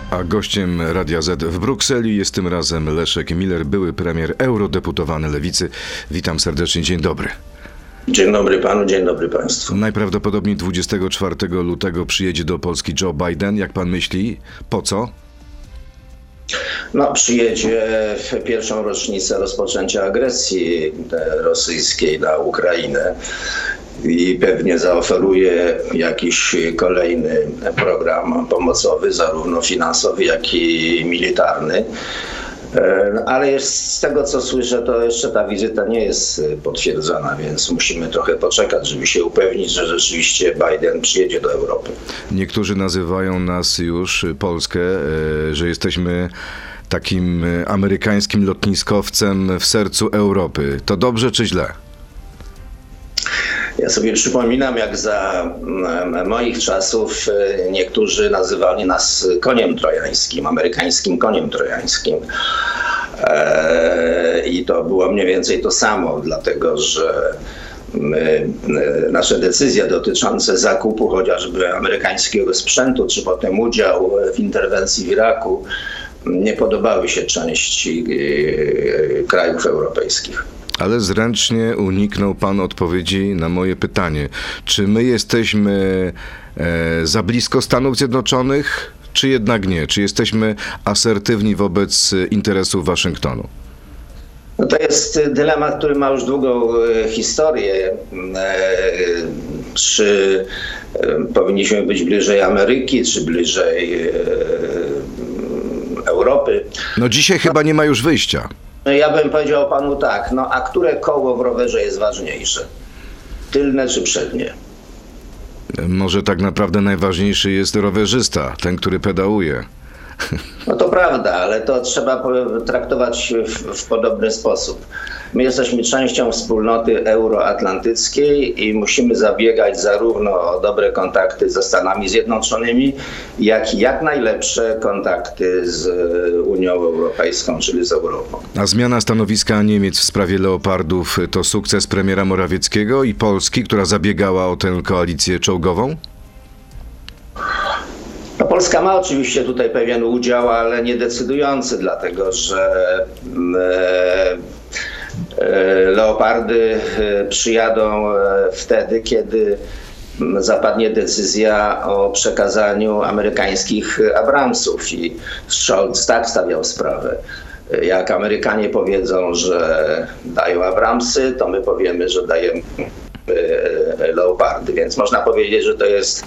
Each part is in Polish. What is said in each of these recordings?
A gościem Radia Z w Brukseli jest tym razem Leszek Miller, były premier, eurodeputowany Lewicy. Witam serdecznie, dzień dobry. Dzień dobry panu, dzień dobry państwu. Najprawdopodobniej 24 lutego przyjedzie do Polski Joe Biden. Jak pan myśli, po co? Przyjedzie w pierwszą rocznicę rozpoczęcia agresji rosyjskiej na Ukrainę i pewnie zaoferuje jakiś kolejny program pomocowy, zarówno finansowy, jak i militarny. Ale z tego, co słyszę, to jeszcze ta wizyta nie jest potwierdzona, więc musimy trochę poczekać, żeby się upewnić, że rzeczywiście Biden przyjedzie do Europy. Niektórzy nazywają nas już, Polskę, że jesteśmy takim amerykańskim lotniskowcem w sercu Europy. To dobrze czy źle? Ja sobie przypominam, jak za moich czasów niektórzy nazywali nas koniem trojańskim, amerykańskim koniem trojańskim. I to było mniej więcej to samo, dlatego że nasze decyzje dotyczące zakupu chociażby amerykańskiego sprzętu, czy potem udział w interwencji w Iraku nie podobały się części krajów europejskich. Ale zręcznie uniknął pan odpowiedzi na moje pytanie. Czy my jesteśmy za blisko Stanów Zjednoczonych, czy jednak nie? Czy jesteśmy asertywni wobec interesów Waszyngtonu? To jest dylemat, który ma już długą historię. Czy powinniśmy być bliżej Ameryki, czy bliżej Europy? Dzisiaj chyba nie ma już wyjścia. Ja bym powiedział panu tak, a które koło w rowerze jest ważniejsze? Tylne czy przednie? Może tak naprawdę najważniejszy jest rowerzysta, ten, który pedałuje. To prawda, ale to trzeba traktować w podobny sposób. My jesteśmy częścią wspólnoty euroatlantyckiej i musimy zabiegać zarówno o dobre kontakty ze Stanami Zjednoczonymi, jak i jak najlepsze kontakty z Unią Europejską, czyli z Europą. A zmiana stanowiska Niemiec w sprawie Leopardów to sukces premiera Morawieckiego i Polski, która zabiegała o tę koalicję czołgową? Polska ma oczywiście tutaj pewien udział, ale nie decydujący, dlatego że Leopardy przyjadą wtedy, kiedy zapadnie decyzja o przekazaniu amerykańskich Abramsów i Scholz tak stawiał sprawę. Jak Amerykanie powiedzą, że dają Abramsy, to my powiemy, że dajemy Leopardy, więc można powiedzieć, że to jest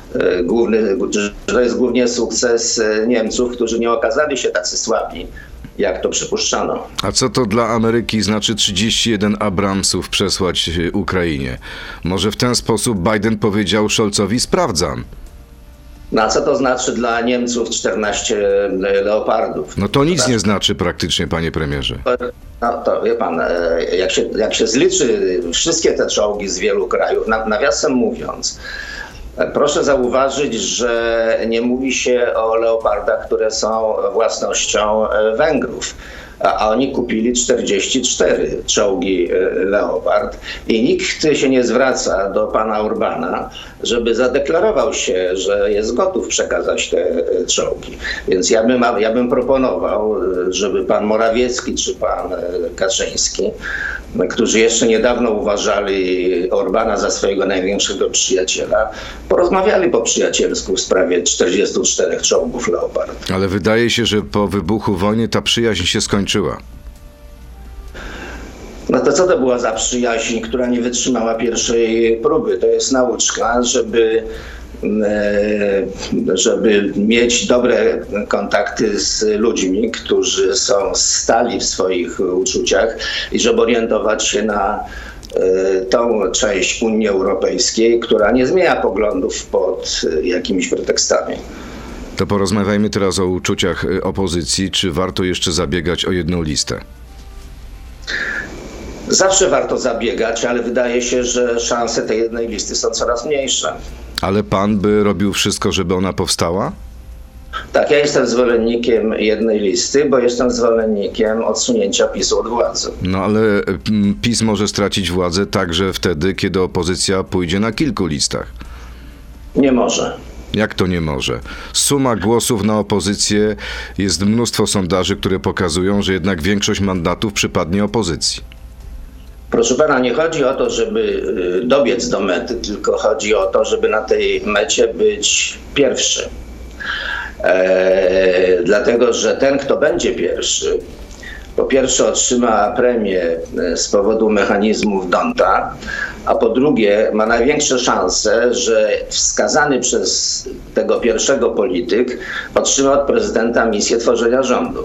głównie sukces Niemców, którzy nie okazali się tacy słabi, jak to przypuszczano. A co to dla Ameryki znaczy 31 Abramsów przesłać Ukrainie? Może w ten sposób Biden powiedział Scholzowi: sprawdzam. A co to znaczy dla Niemców 14 Leopardów? To nic nie znaczy praktycznie, panie premierze. To wie pan, jak się zliczy wszystkie te czołgi z wielu krajów, nawiasem mówiąc, proszę zauważyć, że nie mówi się o Leopardach, które są własnością Węgrów, a oni kupili 44 czołgi Leopard i nikt się nie zwraca do pana Urbana, żeby zadeklarował się, że jest gotów przekazać te czołgi. Więc ja bym proponował, żeby pan Morawiecki czy pan Kaczyński, którzy jeszcze niedawno uważali Orbana za swojego największego przyjaciela, porozmawiali po przyjacielsku w sprawie 44 czołgów Leopard. Ale wydaje się, że po wybuchu wojny ta przyjaźń się skończyła. To co to była za przyjaźń, która nie wytrzymała pierwszej próby? To jest nauczka, żeby mieć dobre kontakty z ludźmi, którzy są stali w swoich uczuciach i żeby orientować się na tą część Unii Europejskiej, która nie zmienia poglądów pod jakimiś pretekstami. To porozmawiajmy teraz o uczuciach opozycji. Czy warto jeszcze zabiegać o jedną listę? Zawsze warto zabiegać, ale wydaje się, że szanse tej jednej listy są coraz mniejsze. Ale pan by robił wszystko, żeby ona powstała? Tak, ja jestem zwolennikiem jednej listy, bo jestem zwolennikiem odsunięcia PiS-u od władzy. Ale PiS może stracić władzę także wtedy, kiedy opozycja pójdzie na kilku listach. Nie może. Jak to nie może? Suma głosów na opozycję, jest mnóstwo sondaży, które pokazują, że jednak większość mandatów przypadnie opozycji. Proszę pana, nie chodzi o to, żeby dobiec do mety, tylko chodzi o to, żeby na tej mecie być pierwszy. Dlatego, że ten, kto będzie pierwszy, po pierwsze otrzyma premię z powodu mechanizmów D'Hondta, a po drugie ma największe szanse, że wskazany przez tego pierwszego polityk otrzyma od prezydenta misję tworzenia rządu.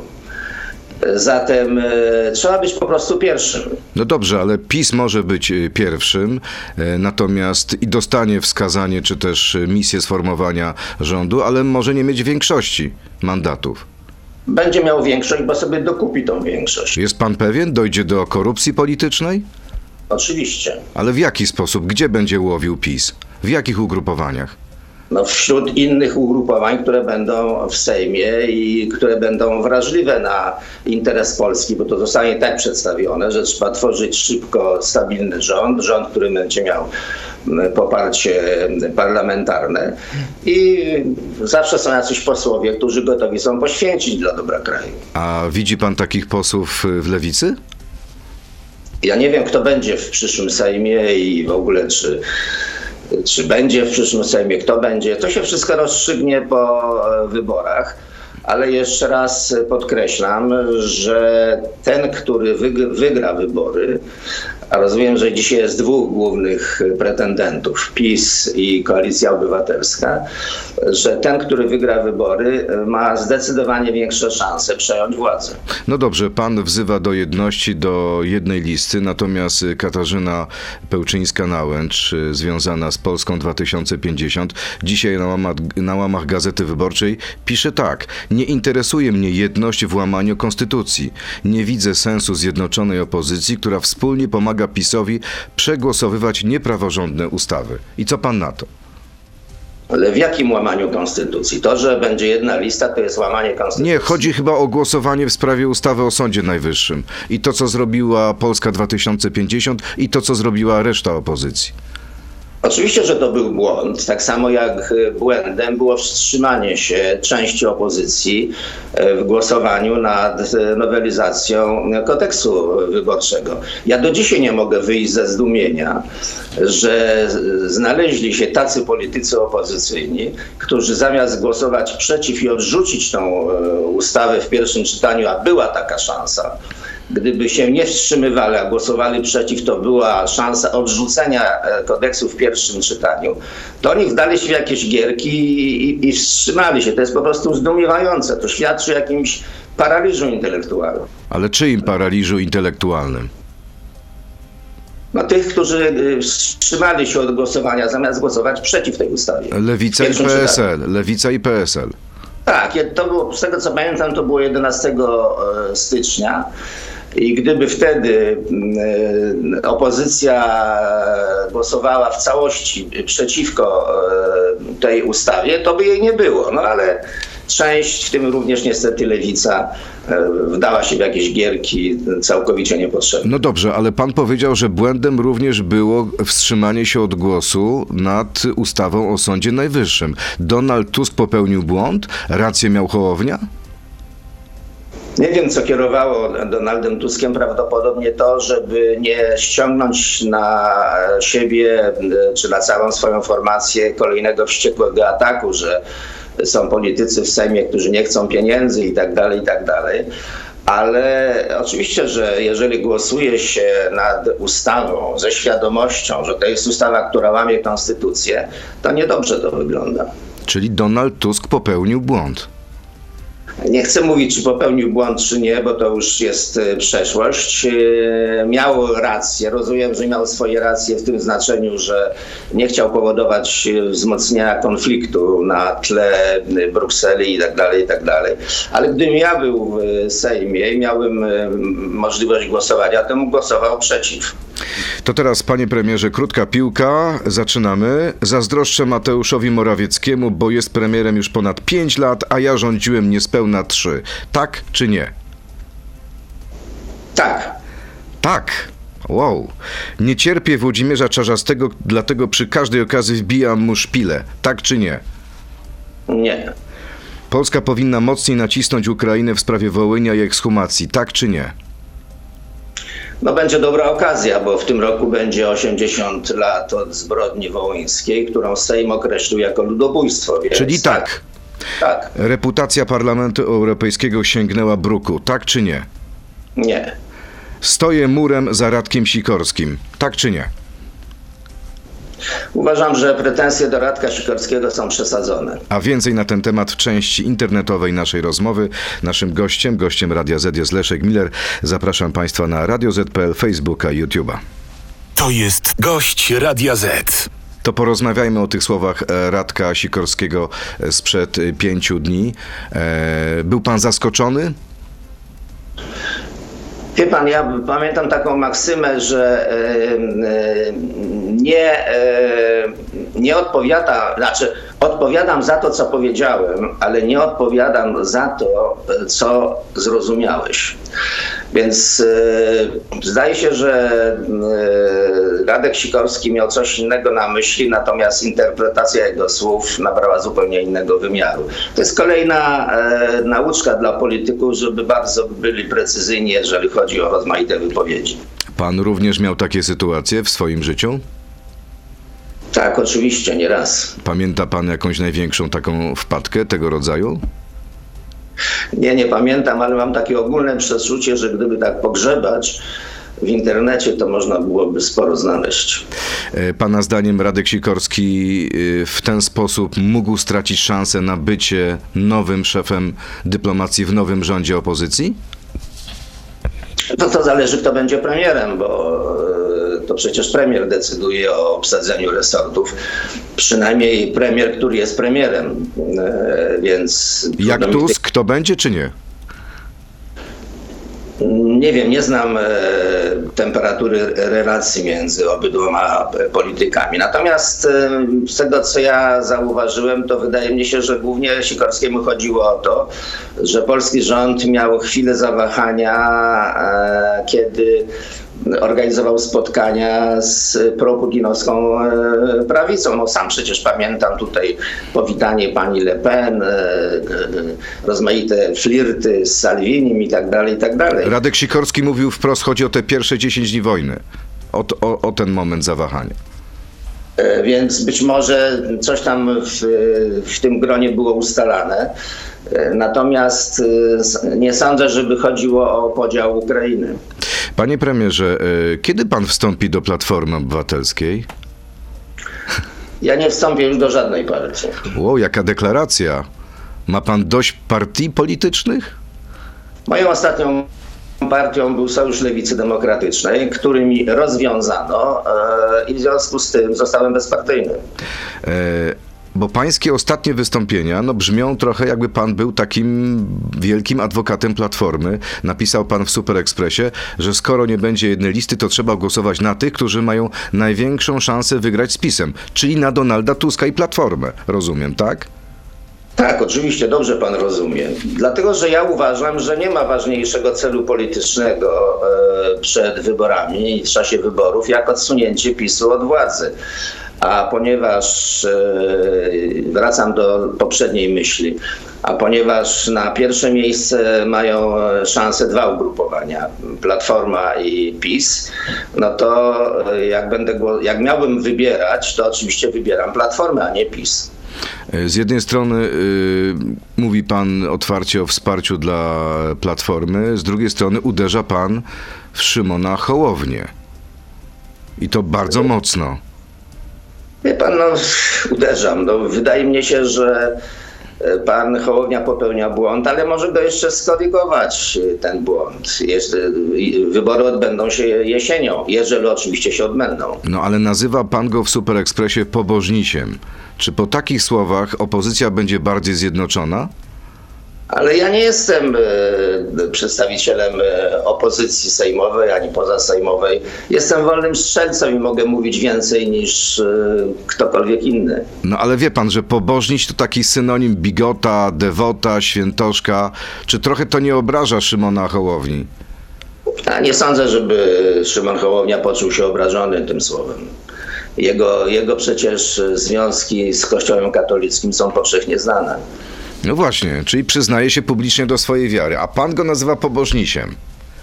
Zatem trzeba być po prostu pierwszym. No dobrze, ale PiS może być pierwszym, natomiast i dostanie wskazanie, czy też misję sformowania rządu, ale może nie mieć większości mandatów. Będzie miał większość, bo sobie dokupi tą większość. Jest pan pewien? Dojdzie do korupcji politycznej? Oczywiście. Ale w jaki sposób? Gdzie będzie łowił PiS? W jakich ugrupowaniach? No, wśród innych ugrupowań, które będą w Sejmie i które będą wrażliwe na interes Polski, bo to zostanie tak przedstawione, że trzeba tworzyć szybko stabilny rząd, który będzie miał poparcie parlamentarne i zawsze są jacyś posłowie, którzy gotowi są poświęcić dla dobra kraju. A widzi pan takich posłów w lewicy? Ja nie wiem, kto będzie w przyszłym Sejmie i w ogóle czy będzie w przyszłym Sejmie, kto będzie. To się wszystko rozstrzygnie po wyborach, ale jeszcze raz podkreślam, że ten, który wygra wybory, a rozumiem, że dzisiaj jest dwóch głównych pretendentów, PiS i Koalicja Obywatelska, że ten, który wygra wybory, ma zdecydowanie większe szanse przejąć władzę. No dobrze, pan wzywa do jedności, do jednej listy, natomiast Katarzyna Pełczyńska-Nałęcz, związana z Polską 2050, dzisiaj na łamach Gazety Wyborczej pisze tak: nie interesuje mnie jedność w łamaniu konstytucji. Nie widzę sensu zjednoczonej opozycji, która wspólnie pomaga PiS-owi przegłosowywać niepraworządne ustawy. I co pan na to? Ale w jakim łamaniu konstytucji? To, że będzie jedna lista, to jest łamanie konstytucji? Nie, chodzi chyba o głosowanie w sprawie ustawy o Sądzie Najwyższym. I to, co zrobiła Polska 2050 i to, co zrobiła reszta opozycji. Oczywiście, że to był błąd, tak samo jak błędem było wstrzymanie się części opozycji w głosowaniu nad nowelizacją kodeksu wyborczego. Ja do dzisiaj nie mogę wyjść ze zdumienia, że znaleźli się tacy politycy opozycyjni, którzy zamiast głosować przeciw i odrzucić tą ustawę w pierwszym czytaniu, a była taka szansa, gdyby się nie wstrzymywali, a głosowali przeciw, to była szansa odrzucenia kodeksu w pierwszym czytaniu, to oni wdali się w jakieś gierki i wstrzymali się. To jest po prostu zdumiewające. To świadczy o jakimś paraliżu intelektualnym. Ale czyim paraliżu intelektualnym? No, tych, którzy wstrzymali się od głosowania, zamiast głosować przeciw tej ustawie. Lewica i PSL. Lewica i PSL. Tak, to było, z tego co pamiętam, to było 11 stycznia. I gdyby wtedy opozycja głosowała w całości przeciwko tej ustawie, to by jej nie było. No ale część, w tym również niestety Lewica, wdała się w jakieś gierki całkowicie niepotrzebne. No dobrze, ale pan powiedział, że błędem również było wstrzymanie się od głosu nad ustawą o Sądzie Najwyższym. Donald Tusk popełnił błąd? Rację miał Hołownia? Nie wiem, co kierowało Donaldem Tuskiem, prawdopodobnie to, żeby nie ściągnąć na siebie czy na całą swoją formację kolejnego wściekłego ataku, że są politycy w Sejmie, którzy nie chcą pieniędzy i tak dalej, i tak dalej. Ale oczywiście, że jeżeli głosuje się nad ustawą ze świadomością, że to jest ustawa, która łamie konstytucję, to niedobrze to wygląda. Czyli Donald Tusk popełnił błąd. Nie chcę mówić, czy popełnił błąd, czy nie, bo to już jest przeszłość. Miał rację, rozumiem, że miał swoje racje w tym znaczeniu, że nie chciał powodować wzmocnienia konfliktu na tle Brukseli i tak dalej. Ale gdybym ja był w Sejmie i miałbym możliwość głosowania, to bym głosował przeciw. To teraz, panie premierze, krótka piłka. Zaczynamy. Zazdroszczę Mateuszowi Morawieckiemu, bo jest premierem już ponad 5 lat, a ja rządziłem niespełna 3. Tak czy nie? Tak. Tak. Wow. Nie cierpię Włodzimierza Czarzastego, dlatego przy każdej okazji wbijam mu szpilę. Tak czy nie? Nie. Polska powinna mocniej nacisnąć Ukrainę w sprawie Wołynia i ekshumacji, tak czy nie? No będzie dobra okazja, bo w tym roku będzie 80 lat od zbrodni wołyńskiej, którą Sejm określił jako ludobójstwo. Więc Czyli tak. Tak. Reputacja Parlamentu Europejskiego sięgnęła bruku, tak czy nie? Nie. Stoję murem za Radkiem Sikorskim, tak czy nie? Uważam, że pretensje do Radka Sikorskiego są przesadzone. A więcej na ten temat w części internetowej naszej rozmowy. Naszym gościem Radia Z jest Leszek Miller. Zapraszam Państwa na Radio Z.pl, Facebooka i YouTube'a. To jest gość Radia Z. To porozmawiajmy o tych słowach Radka Sikorskiego sprzed 5 dni. Był pan zaskoczony? Wie pan, ja pamiętam taką maksymę, że nie odpowiadam za to, co powiedziałem, ale nie odpowiadam za to, co zrozumiałeś. Więc zdaje się, że Radek Sikorski miał coś innego na myśli, natomiast interpretacja jego słów nabrała zupełnie innego wymiaru. To jest kolejna nauczka dla polityków, żeby bardzo byli precyzyjni, jeżeli chodzi o rozmaite wypowiedzi. Pan również miał takie sytuacje w swoim życiu? Tak, oczywiście, nie raz. Pamięta pan jakąś największą taką wpadkę tego rodzaju? Nie pamiętam, ale mam takie ogólne przeczucie, że gdyby tak pogrzebać w internecie, to można byłoby sporo znaleźć. Pana zdaniem Radek Sikorski w ten sposób mógł stracić szansę na bycie nowym szefem dyplomacji w nowym rządzie opozycji? To zależy, kto będzie premierem, bo to przecież premier decyduje o obsadzeniu resortów. Przynajmniej premier, który jest premierem, więc... Jak Tusk, kto będzie czy nie? Nie wiem, nie znam temperatury relacji między obydwoma politykami. Natomiast z tego, co ja zauważyłem, to wydaje mi się, że głównie Sikorskiemu chodziło o to, że polski rząd miał chwilę zawahania, kiedy organizował spotkania z proputinowską prawicą. No, sam przecież pamiętam tutaj powitanie pani Le Pen, rozmaite flirty z Salvinim i tak dalej, i tak dalej. Radek Sikorski mówił wprost, chodzi o te pierwsze 10 dni wojny, o ten moment zawahania. Więc być może coś tam w tym gronie było ustalane. Natomiast nie sądzę, żeby chodziło o podział Ukrainy. Panie premierze, kiedy pan wstąpi do Platformy Obywatelskiej? Ja nie wstąpię już do żadnej partii. Wow, jaka deklaracja. Ma pan dość partii politycznych? Moją ostatnią partią był Sojusz Lewicy Demokratycznej, który mi rozwiązano i w związku z tym zostałem bezpartyjny. Bo pańskie ostatnie wystąpienia brzmią trochę, jakby pan był takim wielkim adwokatem Platformy. Napisał pan w Super Expressie, że skoro nie będzie jednej listy, to trzeba głosować na tych, którzy mają największą szansę wygrać z PiS-em, czyli na Donalda Tuska i Platformę. Rozumiem, tak? Tak, oczywiście, dobrze pan rozumie. Dlatego, że ja uważam, że nie ma ważniejszego celu politycznego przed wyborami i w czasie wyborów, jak odsunięcie PiS-u od władzy. A ponieważ, wracam do poprzedniej myśli, a ponieważ na pierwsze miejsce mają szansę dwa ugrupowania, Platforma i PiS, no to jak miałbym wybierać, to oczywiście wybieram Platformę, a nie PiS. Z jednej strony mówi pan otwarcie o wsparciu dla Platformy, z drugiej strony uderza pan w Szymona Hołownię. I to bardzo mocno. Wie pan, uderzam. Wydaje mi się, że pan Hołownia popełnia błąd, ale może go jeszcze skorygować, ten błąd. Wybory odbędą się jesienią, jeżeli oczywiście się odbędą. No ale nazywa pan go w Super Expressie pobożnisiem. Czy po takich słowach opozycja będzie bardziej zjednoczona? Ale ja nie jestem przedstawicielem opozycji sejmowej ani pozasejmowej. Jestem wolnym strzelcem i mogę mówić więcej niż ktokolwiek inny. No ale wie pan, że pobożniś to taki synonim bigota, dewota, świętoszka. Czy trochę to nie obraża Szymona Hołowni? A nie sądzę, żeby Szymon Hołownia poczuł się obrażony tym słowem. Jego przecież związki z Kościołem katolickim są powszechnie znane. No właśnie, czyli przyznaje się publicznie do swojej wiary, a pan go nazywa pobożnisiem.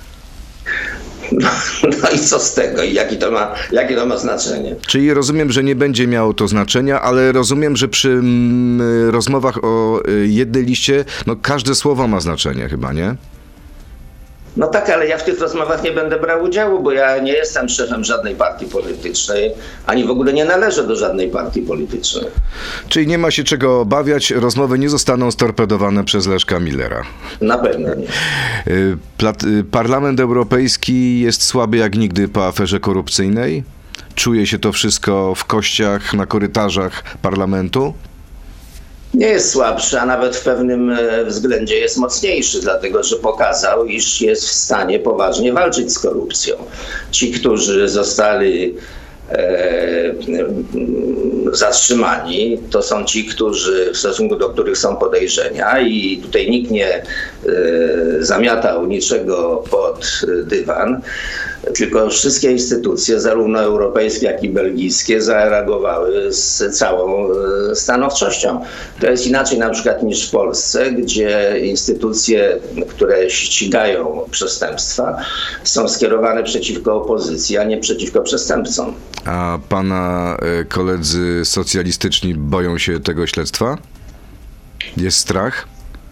No i co z tego? I jakie to ma znaczenie? Czyli rozumiem, że nie będzie miało to znaczenia, ale rozumiem, że przy rozmowach o jednej liście, no każde słowo ma znaczenie chyba, nie? No tak, ale ja w tych rozmowach nie będę brał udziału, bo ja nie jestem szefem żadnej partii politycznej, ani w ogóle nie należę do żadnej partii politycznej. Czyli nie ma się czego obawiać, rozmowy nie zostaną storpedowane przez Leszka Millera. Na pewno nie. Parlament Europejski jest słaby jak nigdy po aferze korupcyjnej? Czuje się to wszystko w kościach, na korytarzach parlamentu? Nie jest słabszy, a nawet w pewnym względzie jest mocniejszy, dlatego że pokazał, iż jest w stanie poważnie walczyć z korupcją. Ci, którzy zostali zatrzymani, to są ci, w stosunku do których są podejrzenia i tutaj nikt nie zamiatał niczego pod dywan, tylko wszystkie instytucje, zarówno europejskie, jak i belgijskie, zareagowały z całą stanowczością. To jest inaczej na przykład niż w Polsce, gdzie instytucje, które ścigają przestępstwa, są skierowane przeciwko opozycji, a nie przeciwko przestępcom. A pana koledzy socjalistyczni boją się tego śledztwa? Jest strach?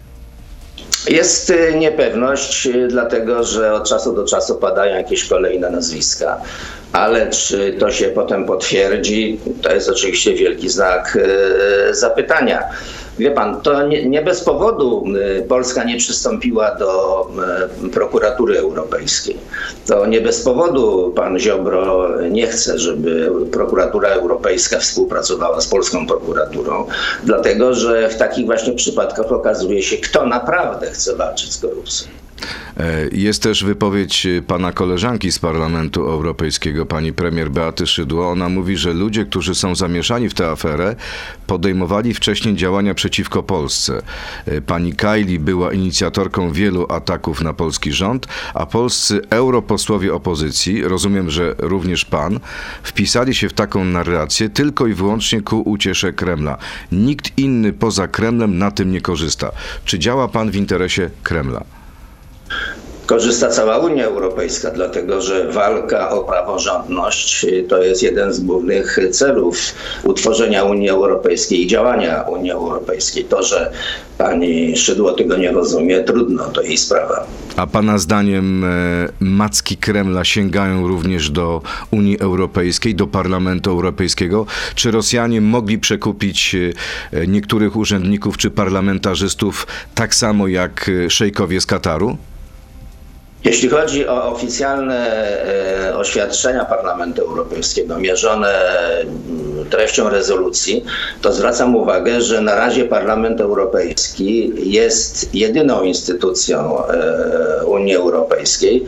Jest niepewność, dlatego że od czasu do czasu padają jakieś kolejne nazwiska. Ale czy to się potem potwierdzi, to jest oczywiście wielki znak zapytania. Wie pan, to nie bez powodu Polska nie przystąpiła do prokuratury europejskiej. To nie bez powodu pan Ziobro nie chce, żeby prokuratura europejska współpracowała z polską prokuraturą. Dlatego, że w takich właśnie przypadkach okazuje się, kto naprawdę chce walczyć z korupcją. Jest też wypowiedź pana koleżanki z Parlamentu Europejskiego, pani premier Beaty Szydło. Ona mówi, że ludzie, którzy są zamieszani w tę aferę, podejmowali wcześniej działania przeciwko Polsce. Pani Kaili była inicjatorką wielu ataków na polski rząd, a polscy europosłowie opozycji, rozumiem, że również pan, wpisali się w taką narrację tylko i wyłącznie ku uciesze Kremla. Nikt inny poza Kremlem na tym nie korzysta. Czy działa pan w interesie Kremla? Korzysta cała Unia Europejska, dlatego że walka o praworządność to jest jeden z głównych celów utworzenia Unii Europejskiej i działania Unii Europejskiej. To, że pani Szydło tego nie rozumie, trudno, to jej sprawa. A pana zdaniem macki Kremla sięgają również do Unii Europejskiej, do Parlamentu Europejskiego? Czy Rosjanie mogli przekupić niektórych urzędników czy parlamentarzystów tak samo jak szejkowie z Kataru? Jeśli chodzi o oficjalne oświadczenia Parlamentu Europejskiego mierzone treścią rezolucji, to zwracam uwagę, że na razie Parlament Europejski jest jedyną instytucją Unii Europejskiej,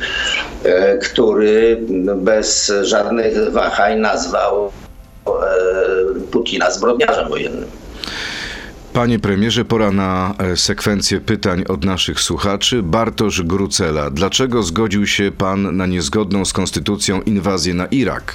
który bez żadnych wahań nazwał Putina zbrodniarzem wojennym. Panie premierze, pora na sekwencję pytań od naszych słuchaczy. Bartosz Grucela. Dlaczego zgodził się pan na niezgodną z konstytucją inwazję na Irak?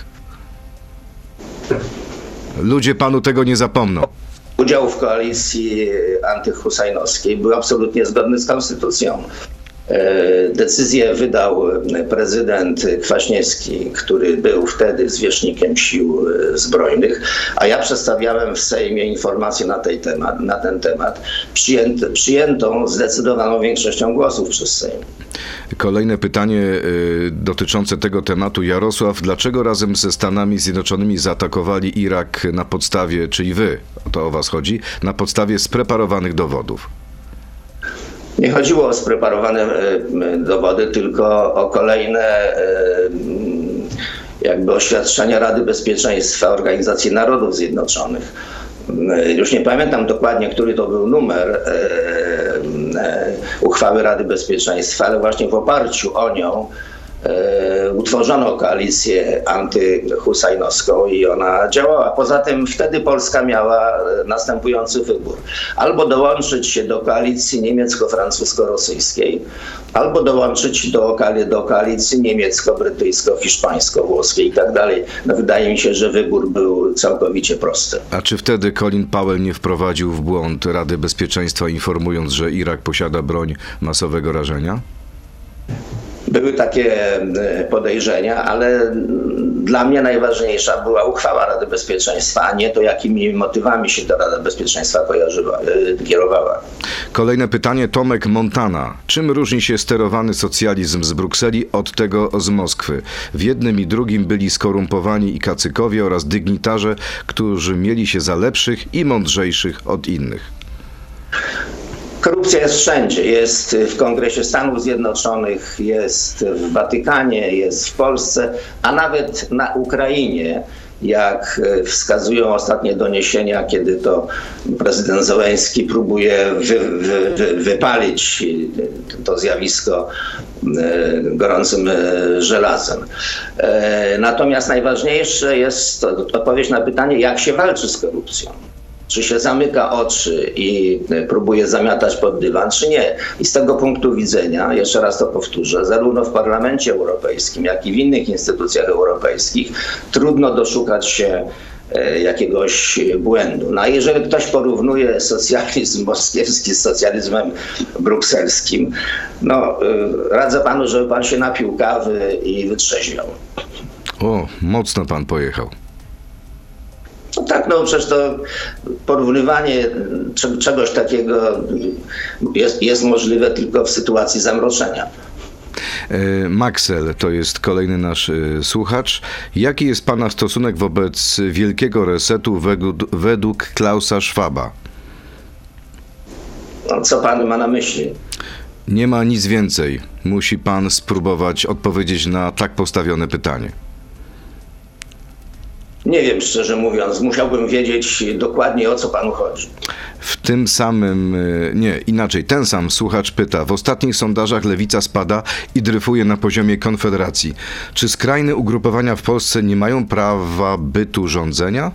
Ludzie panu tego nie zapomną. Udział w koalicji antyhusajnowskiej był absolutnie zgodny z konstytucją. Decyzję wydał prezydent Kwaśniewski, który był wtedy zwierzchnikiem sił zbrojnych, a ja przedstawiałem w Sejmie informację na ten temat, przyjętą zdecydowaną większością głosów przez Sejm. Kolejne pytanie dotyczące tego tematu. Jarosław, dlaczego razem ze Stanami Zjednoczonymi zaatakowali Irak na podstawie, czyli wy, to o was chodzi, na podstawie spreparowanych dowodów? Nie chodziło o spreparowane dowody, tylko o kolejne jakby oświadczenia Rady Bezpieczeństwa Organizacji Narodów Zjednoczonych. Już nie pamiętam dokładnie, który to był numer uchwały Rady Bezpieczeństwa, ale właśnie w oparciu o nią utworzono koalicję antyhusajnowską i ona działała. Poza tym wtedy Polska miała następujący wybór. Albo dołączyć się do koalicji niemiecko-francusko-rosyjskiej, albo dołączyć do koalicji niemiecko-brytyjsko-hiszpańsko-włoskiej i tak dalej. No, wydaje mi się, że wybór był całkowicie prosty. A czy wtedy Colin Powell nie wprowadził w błąd Rady Bezpieczeństwa, informując, że Irak posiada broń masowego rażenia? Były takie podejrzenia, ale dla mnie najważniejsza była uchwała Rady Bezpieczeństwa, a nie to, jakimi motywami się ta Rada Bezpieczeństwa kierowała. Kolejne pytanie, Tomek Montana. Czym różni się sterowany socjalizm z Brukseli od tego z Moskwy? W jednym i drugim byli skorumpowani i kacykowie oraz dygnitarze, którzy mieli się za lepszych i mądrzejszych od innych. Korupcja jest wszędzie. Jest w Kongresie Stanów Zjednoczonych, jest w Watykanie, jest w Polsce, a nawet na Ukrainie, jak wskazują ostatnie doniesienia, kiedy to prezydent Zełenski próbuje wypalić to zjawisko gorącym żelazem. Natomiast najważniejsze jest odpowiedź na pytanie, jak się walczy z korupcją. Czy się zamyka oczy i próbuje zamiatać pod dywan, czy nie. I z tego punktu widzenia, jeszcze raz to powtórzę, zarówno w Parlamencie Europejskim, jak i w innych instytucjach europejskich trudno doszukać się jakiegoś błędu. No a jeżeli ktoś porównuje socjalizm moskiewski z socjalizmem brukselskim, no radzę panu, żeby pan się napił kawy i wytrzeźwiał. O, mocno pan pojechał. No tak, no przecież to porównywanie czegoś takiego jest możliwe tylko w sytuacji zamroczenia. Maxel to jest kolejny nasz słuchacz. Jaki jest pana stosunek wobec wielkiego resetu według Klausa Schwaba? No, co pan ma na myśli? Nie ma nic więcej. Musi pan spróbować odpowiedzieć na tak postawione pytanie. Nie wiem, szczerze mówiąc. Musiałbym wiedzieć dokładnie, o co panu chodzi. W tym samym, nie, inaczej, ten sam słuchacz pyta. W ostatnich sondażach lewica spada i dryfuje na poziomie Konfederacji. Czy skrajne ugrupowania w Polsce nie mają prawa bytu rządzenia?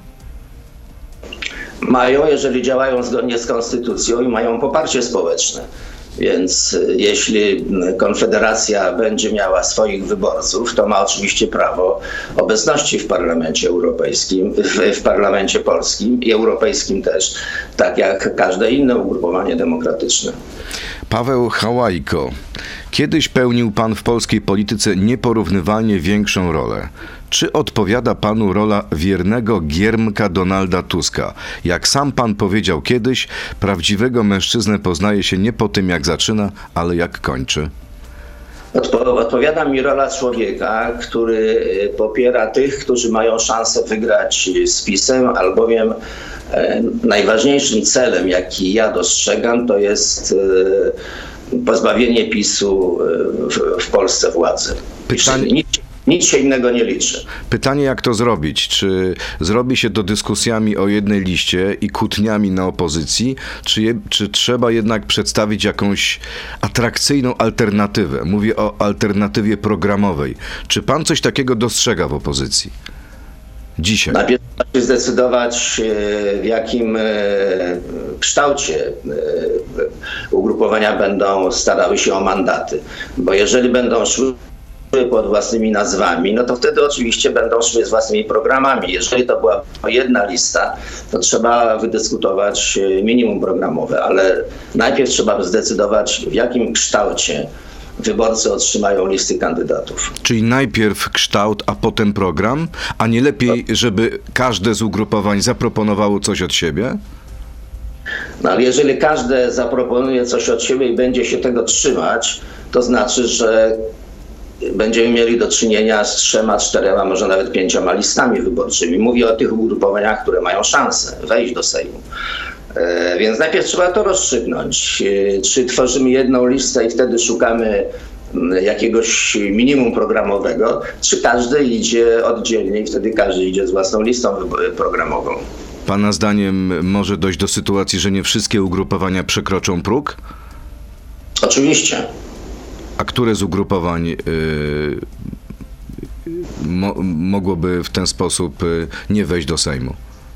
Mają, jeżeli działają zgodnie z konstytucją i mają poparcie społeczne. Więc jeśli Konfederacja będzie miała swoich wyborców, to ma oczywiście prawo obecności w Parlamencie Europejskim, w Parlamencie Polskim i Europejskim też, tak jak każde inne ugrupowanie demokratyczne. Paweł Hałajko. Kiedyś pełnił pan w polskiej polityce nieporównywalnie większą rolę. Czy odpowiada panu rola wiernego giermka Donalda Tuska? Jak sam pan powiedział kiedyś, prawdziwego mężczyznę poznaje się nie po tym, jak zaczyna, ale jak kończy. Odpowiada mi rola człowieka, który popiera tych, którzy mają szansę wygrać z PiS-em, albowiem najważniejszym celem, jaki ja dostrzegam, to jest pozbawienie PiS-u w Polsce władzy. Nic się innego nie liczy. Pytanie, jak to zrobić? Czy zrobi się to dyskusjami o jednej liście i kłótniami na opozycji, czy trzeba jednak przedstawić jakąś atrakcyjną alternatywę? Mówię o alternatywie programowej. Czy pan coś takiego dostrzega w opozycji dzisiaj? Najpierw trzeba się zdecydować, w jakim kształcie ugrupowania będą starały się o mandaty. Bo jeżeli będą szły pod własnymi nazwami, no to wtedy oczywiście będą szły z własnymi programami. Jeżeli to była jedna lista, to trzeba wydyskutować minimum programowe, ale najpierw trzeba zdecydować, w jakim kształcie wyborcy otrzymają listy kandydatów. Czyli najpierw kształt, a potem program? A nie lepiej, żeby każde z ugrupowań zaproponowało coś od siebie? No ale jeżeli każde zaproponuje coś od siebie i będzie się tego trzymać, to znaczy, że będziemy mieli do czynienia z 3, 4, może nawet 5 listami wyborczymi. Mówię o tych ugrupowaniach, które mają szansę wejść do Sejmu. Więc najpierw trzeba to rozstrzygnąć. Czy tworzymy jedną listę i wtedy szukamy jakiegoś minimum programowego, czy każdy idzie oddzielnie i wtedy każdy idzie z własną listą programową. Pana zdaniem może dojść do sytuacji, że nie wszystkie ugrupowania przekroczą próg? Oczywiście. A które z ugrupowań mogłoby w ten sposób nie wejść do Sejmu?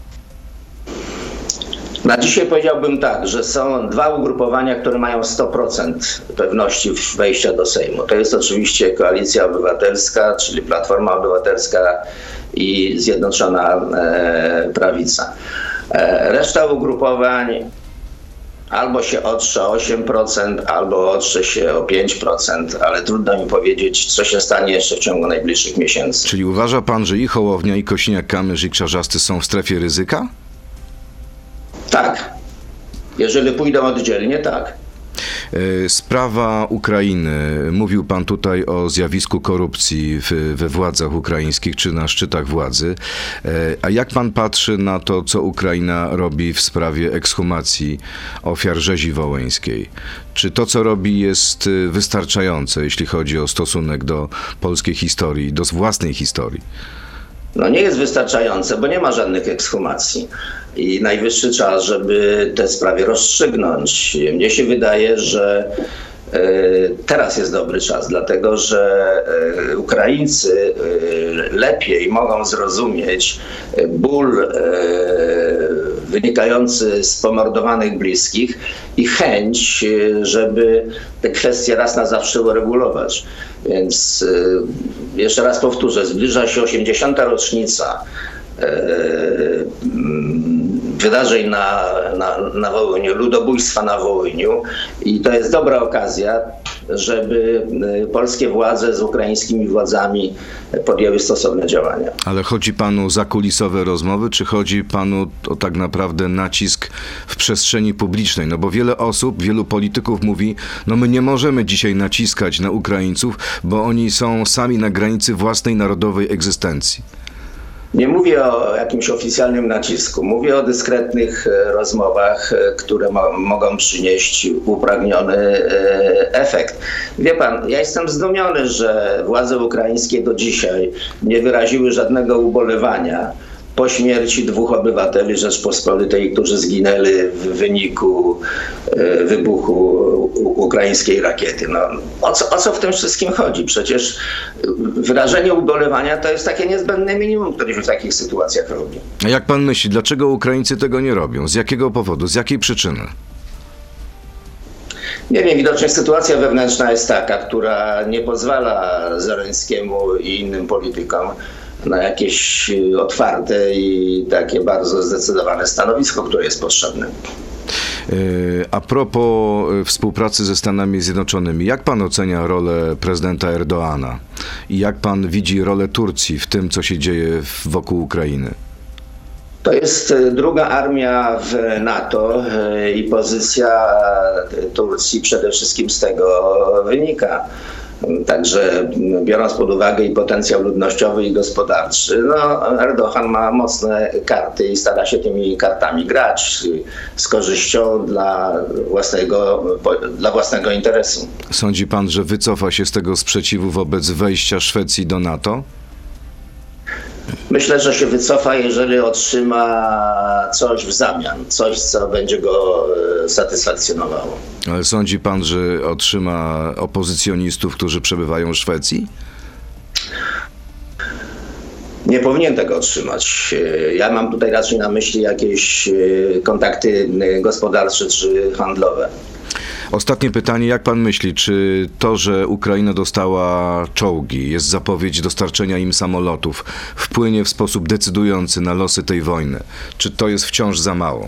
Na dzisiaj powiedziałbym tak, że są dwa ugrupowania, które mają 100% pewności wejścia do Sejmu. To jest oczywiście Koalicja Obywatelska, czyli Platforma Obywatelska i Zjednoczona Prawica. Reszta ugrupowań albo się otrze o 8%, albo otrze się o 5%, ale trudno mi powiedzieć, co się stanie jeszcze w ciągu najbliższych miesięcy. Czyli uważa pan, że i Hołownia, i Kosiniak-Kamysz, i Czarzasty są w strefie ryzyka? Tak. Jeżeli pójdą oddzielnie, tak. Sprawa Ukrainy. Mówił pan tutaj o zjawisku korupcji we władzach ukraińskich czy na szczytach władzy. A jak pan patrzy na to, co Ukraina robi w sprawie ekshumacji ofiar rzezi wołyńskiej? Czy to, co robi, jest wystarczające, jeśli chodzi o stosunek do polskiej historii, do własnej historii? No nie jest wystarczające, bo nie ma żadnych ekshumacji. I najwyższy czas, żeby te sprawy rozstrzygnąć. Mnie się wydaje, że teraz jest dobry czas, dlatego że Ukraińcy lepiej mogą zrozumieć ból wynikający z pomordowanych bliskich i chęć, żeby te kwestie raz na zawsze uregulować. Więc jeszcze raz powtórzę, zbliża się 80. rocznica wydarzeń na Wołyniu, ludobójstwa na Wołyniu i to jest dobra okazja, żeby polskie władze z ukraińskimi władzami podjęły stosowne działania. Ale chodzi panu o zakulisowe rozmowy, czy chodzi panu o tak naprawdę nacisk w przestrzeni publicznej? No bo wiele osób, wielu polityków mówi, no my nie możemy dzisiaj naciskać na Ukraińców, bo oni są sami na granicy własnej narodowej egzystencji. Nie mówię o jakimś oficjalnym nacisku, mówię o dyskretnych rozmowach, które mogą przynieść upragniony efekt. Wie pan, ja jestem zdumiony, że władze ukraińskie do dzisiaj nie wyraziły żadnego ubolewania po śmierci dwóch obywateli Rzeczpospolitej, którzy zginęli w wyniku wybuchu ukraińskiej rakiety. No, o co w tym wszystkim chodzi? Przecież wyrażenie ubolewania to jest takie niezbędne minimum, które się w takich sytuacjach robi. A jak pan myśli, dlaczego Ukraińcy tego nie robią? Z jakiego powodu? Z jakiej przyczyny? Nie wiem, widocznie sytuacja wewnętrzna jest taka, która nie pozwala Zełenskiemu i innym politykom na jakieś otwarte i takie bardzo zdecydowane stanowisko, które jest potrzebne. A propos współpracy ze Stanami Zjednoczonymi, jak pan ocenia rolę prezydenta Erdoğana i jak pan widzi rolę Turcji w tym, co się dzieje wokół Ukrainy? To jest druga armia w NATO i pozycja Turcji przede wszystkim z tego wynika. Także biorąc pod uwagę i potencjał ludnościowy i gospodarczy, no Erdoğan ma mocne karty i stara się tymi kartami grać z korzyścią dla własnego interesu. Sądzi pan, że wycofa się z tego sprzeciwu wobec wejścia Szwecji do NATO? Myślę, że się wycofa, jeżeli otrzyma coś w zamian, coś, co będzie go satysfakcjonowało. Ale sądzi pan, że otrzyma opozycjonistów, którzy przebywają w Szwecji? Nie powinien tego otrzymać. Ja mam tutaj raczej na myśli jakieś kontakty gospodarcze czy handlowe. Ostatnie pytanie, jak pan myśli, czy to, że Ukraina dostała czołgi, jest zapowiedź dostarczenia im samolotów, wpłynie w sposób decydujący na losy tej wojny? Czy to jest wciąż za mało?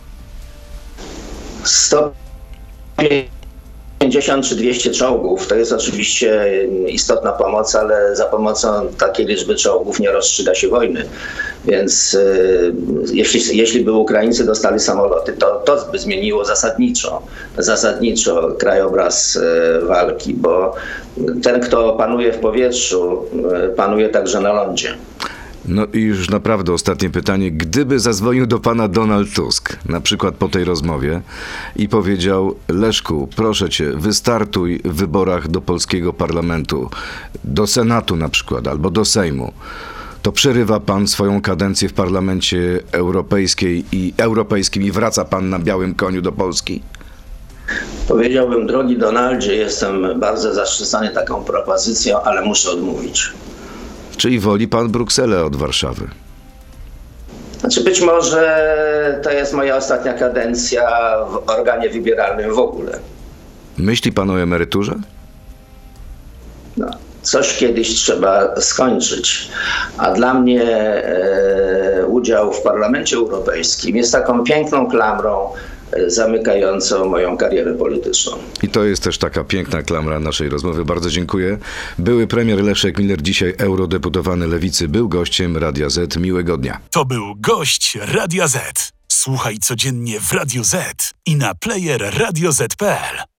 150 czy 200 czołgów to jest oczywiście istotna pomoc, ale za pomocą takiej liczby czołgów nie rozstrzyga się wojny. Więc jeśli by Ukraińcy dostali samoloty, to by zmieniło zasadniczo krajobraz walki, bo ten, kto panuje w powietrzu, panuje także na lądzie. No i już naprawdę ostatnie pytanie. Gdyby zadzwonił do pana Donald Tusk, na przykład po tej rozmowie, i powiedział: Leszku, proszę cię, wystartuj w wyborach do polskiego parlamentu, do Senatu na przykład, albo do Sejmu, to przerywa pan swoją kadencję w Parlamencie Europejskim i wraca pan na białym koniu do Polski? Powiedziałbym, drogi Donaldzie, jestem bardzo zaszczycony taką propozycją, ale muszę odmówić. Czyli woli pan Brukselę od Warszawy? Znaczy być może to jest moja ostatnia kadencja w organie wybieralnym w ogóle. Myśli pan o emeryturze? No, coś kiedyś trzeba skończyć. A dla mnie udział w Parlamencie Europejskim jest taką piękną klamrą zamykającą moją karierę polityczną. I to jest też taka piękna klamra naszej rozmowy. Bardzo dziękuję. Były premier Leszek Miller, dzisiaj eurodeputowany Lewicy, był gościem Radia Z. Miłego dnia. To był gość Radia Z. Słuchaj codziennie w Radio Z i na player radioz.pl.